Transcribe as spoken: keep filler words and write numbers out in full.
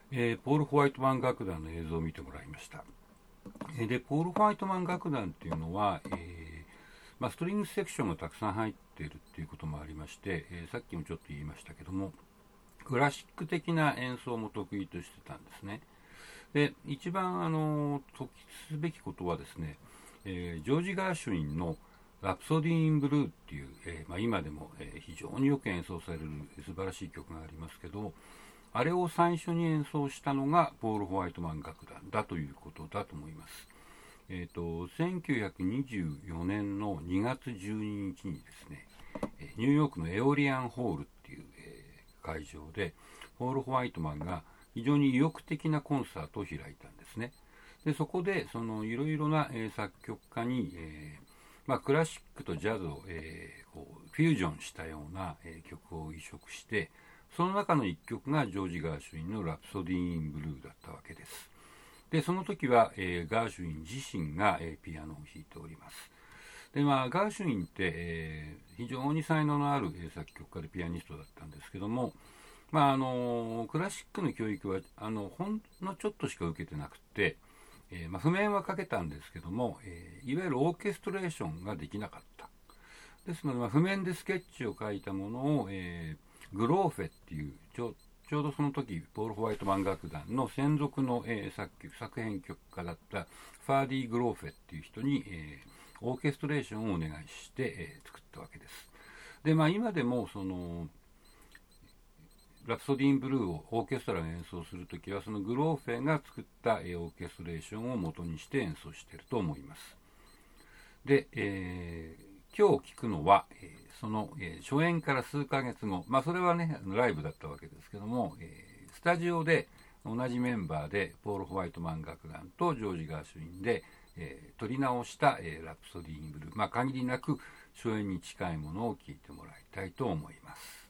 えーポール・ホワイトマン楽団の映像を見てもらいました。えーでポール・ホワイトマン楽団っていうのは、えーまあ、ストリングスセクションがたくさん入っているっていうこともありまして、えーさっきもちょっと言いましたけども、クラシック的な演奏も得意としてたんですね。で一番あの突起すべきことはですね、えージョージ・ガーシュウィンのラプソディー・イン・ブルーっていう、えーまあ、今でも、えー非常によく演奏される素晴らしい曲がありますけど、あれを最初に演奏したのがポール・ホワイトマン楽団だということだと思います。えーと、せんきゅうひゃくにじゅうよねんのにがつじゅうににちにですね、ニューヨークのエオリアンホールっていう、えー会場でポール・ホワイトマンが非常に意欲的なコンサートを開いたんですね。でそこでそのいろいろな、えー作曲家に、えーまあ、クラシックとジャズを、えーこうフュージョンしたような、えー曲を移植して、その中のいっきょくがジョージ・ガーシュウィンのラプソディー・イン・ブルーだったわけです。でその時は、えーガーシュウィン自身が、えーピアノを弾いております。でまあ、ガーシュウィンって、えー非常に才能のある、えー作曲家でピアニストだったんですけども、まああのクラシックの教育はあのほんのちょっとしか受けてなくて、えーまあ、譜面はかけたんですけども、えーいわゆるオーケストレーションができなかった。ですので、まあ、譜面でスケッチを書いたものを、えーグローフェっていうちょちょうどその時ポール・ホワイトマン楽団の専属の、えー作曲作編曲家だったファーディ・グローフェっていう人に、えーオーケストレーションをお願いして、えー作ったわけです。でまあ今でもそのラプソディーン・ブルーをオーケストラが演奏するときは、そのグローフェが作ったオーケストレーションを元にして演奏していると思います。で、えー今日聞くのは、えーその、えー初演から数ヶ月後、まあそれはね、ライブだったわけですけども、えースタジオで同じメンバーで、ポール・ホワイトマン楽団とジョージ・ガーシュウィンで、えー撮り直した、えーラプソディーン・ブルー、まあ限りなく初演に近いものを聞いてもらいたいと思います。